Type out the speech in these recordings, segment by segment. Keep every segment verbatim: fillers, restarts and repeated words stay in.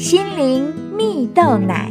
心灵蜜豆奶。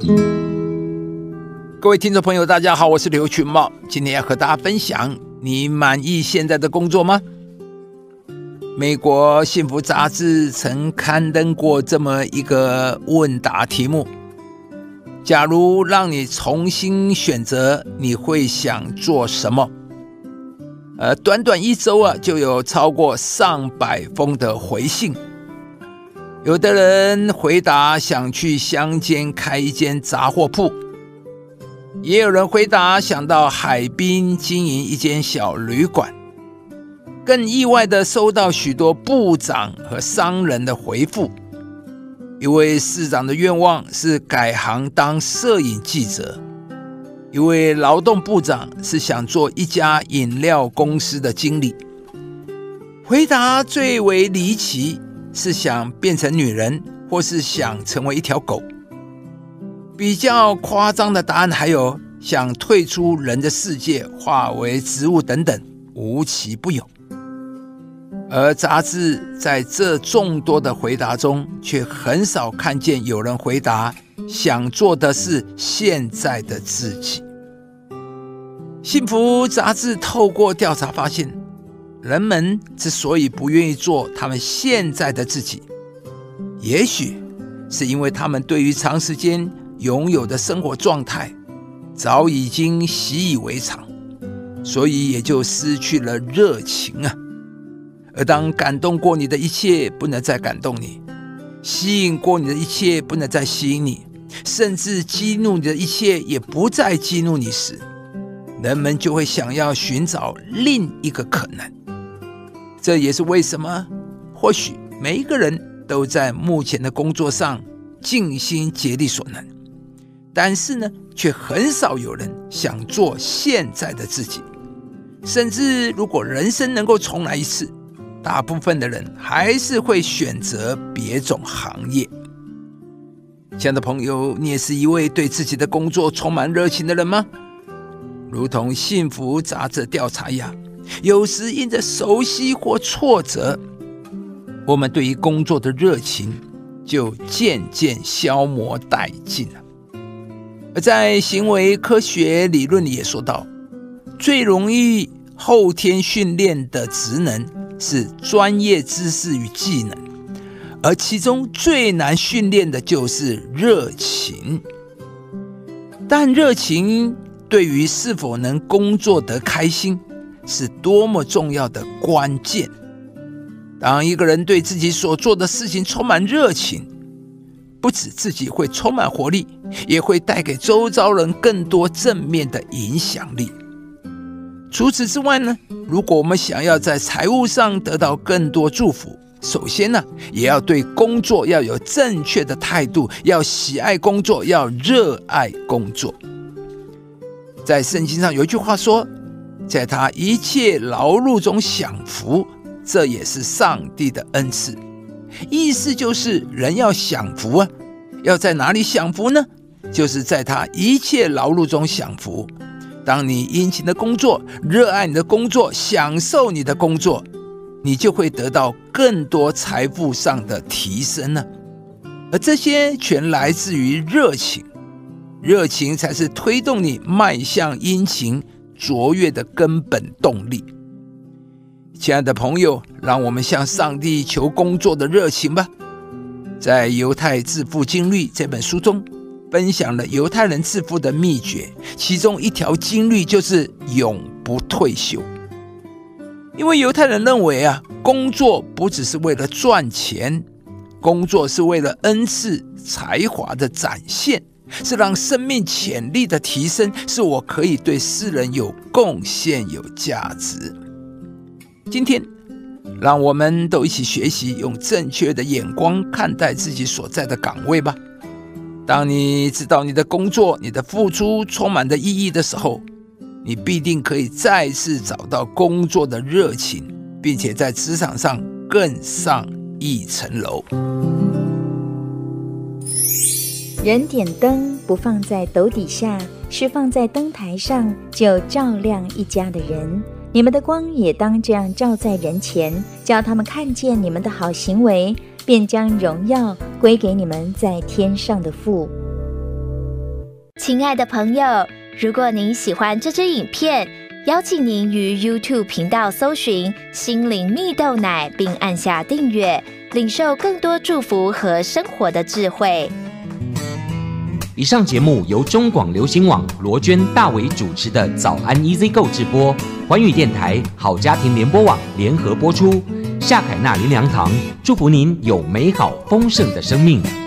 各位听众朋友大家好，我是刘群茂，今天要和大家分享，你满意现在的工作吗？美国幸福杂志曾刊登过这么一个问答题目，假如让你重新选择，你会想做什么？呃，短短一周啊，就有超过上百封的回信。有的人回答想去乡间开一间杂货铺，也有人回答想到海滨经营一间小旅馆。更意外的收到许多部长和商人的回复。一位市长的愿望是改行当摄影记者，一位劳动部长是想做一家饮料公司的经理。回答最为离奇是想变成女人，或是想成为一条狗。比较夸张的答案还有想退出人的世界，化为植物等等，无奇不有。而杂志在这众多的回答中，却很少看见有人回答想做的是现在的自己。幸福杂志透过调查发现，人们之所以不愿意做他们现在的自己，也许是因为他们对于长时间拥有的生活状态早已经习以为常，所以也就失去了热情啊。而当感动过你的一切不能再感动你，吸引过你的一切不能再吸引你，甚至激怒你的一切也不再激怒你时，人们就会想要寻找另一个可能。这也是为什么或许每一个人都在目前的工作上尽心竭力所能，但是呢，却很少有人想做现在的自己。甚至如果人生能够重来一次，大部分的人还是会选择别种行业。亲爱的朋友，你也是一位对自己的工作充满热情的人吗？如同幸福杂志调查一样，有时因着熟悉或挫折，我们对于工作的热情就渐渐消磨殆尽了。而在行为科学理论里也说到，最容易后天训练的职能是专业知识与技能，而其中最难训练的就是热情。但热情对于是否能工作得开心，是多么重要的关键。当一个人对自己所做的事情充满热情，不止自己会充满活力，也会带给周遭人更多正面的影响力。除此之外呢，如果我们想要在财务上得到更多祝福，首先呢，也要对工作要有正确的态度，要喜爱工作，要热爱工作。在圣经上有一句话说，在他一切劳碌中享福，这也是上帝的恩赐。意思就是人要享福啊，要在哪里享福呢？就是在他一切劳碌中享福。当你殷勤的工作，热爱你的工作，享受你的工作，你就会得到更多财富上的提升呢。而这些全来自于热情，热情才是推动你迈向殷勤卓越的根本动力。亲爱的朋友，让我们向上帝求工作的热情吧。在《犹太致富经律》这本书中，分享了犹太人致富的秘诀，其中一条经律就是永不退休。因为犹太人认为啊，工作不只是为了赚钱，工作是为了恩赐才华的展现，是让生命潜力的提升，是我可以对世人有贡献有价值。今天让我们都一起学习用正确的眼光看待自己所在的岗位吧。当你知道你的工作，你的付出充满着意义的时候，你必定可以再次找到工作的热情，并且在职场上更上一层楼。 人点灯不放在斗底下，是放在灯台上，就照亮一家的人。你们的光也当这样照在人前，叫他们看见你们的好行为，便将荣耀归给你们在天上的父。 亲爱的朋友，如果您喜欢这支影片，邀请您于 YouTube 频道搜寻心灵蜜豆奶，并按下订阅，领受更多祝福和生活的智慧。 以上节目由中广流行网罗娟、大伟主持的早安 E Z Go 直播，环宇电台好家庭联播网联合播出。夏凯纳林良堂祝福您有美好丰盛的生命。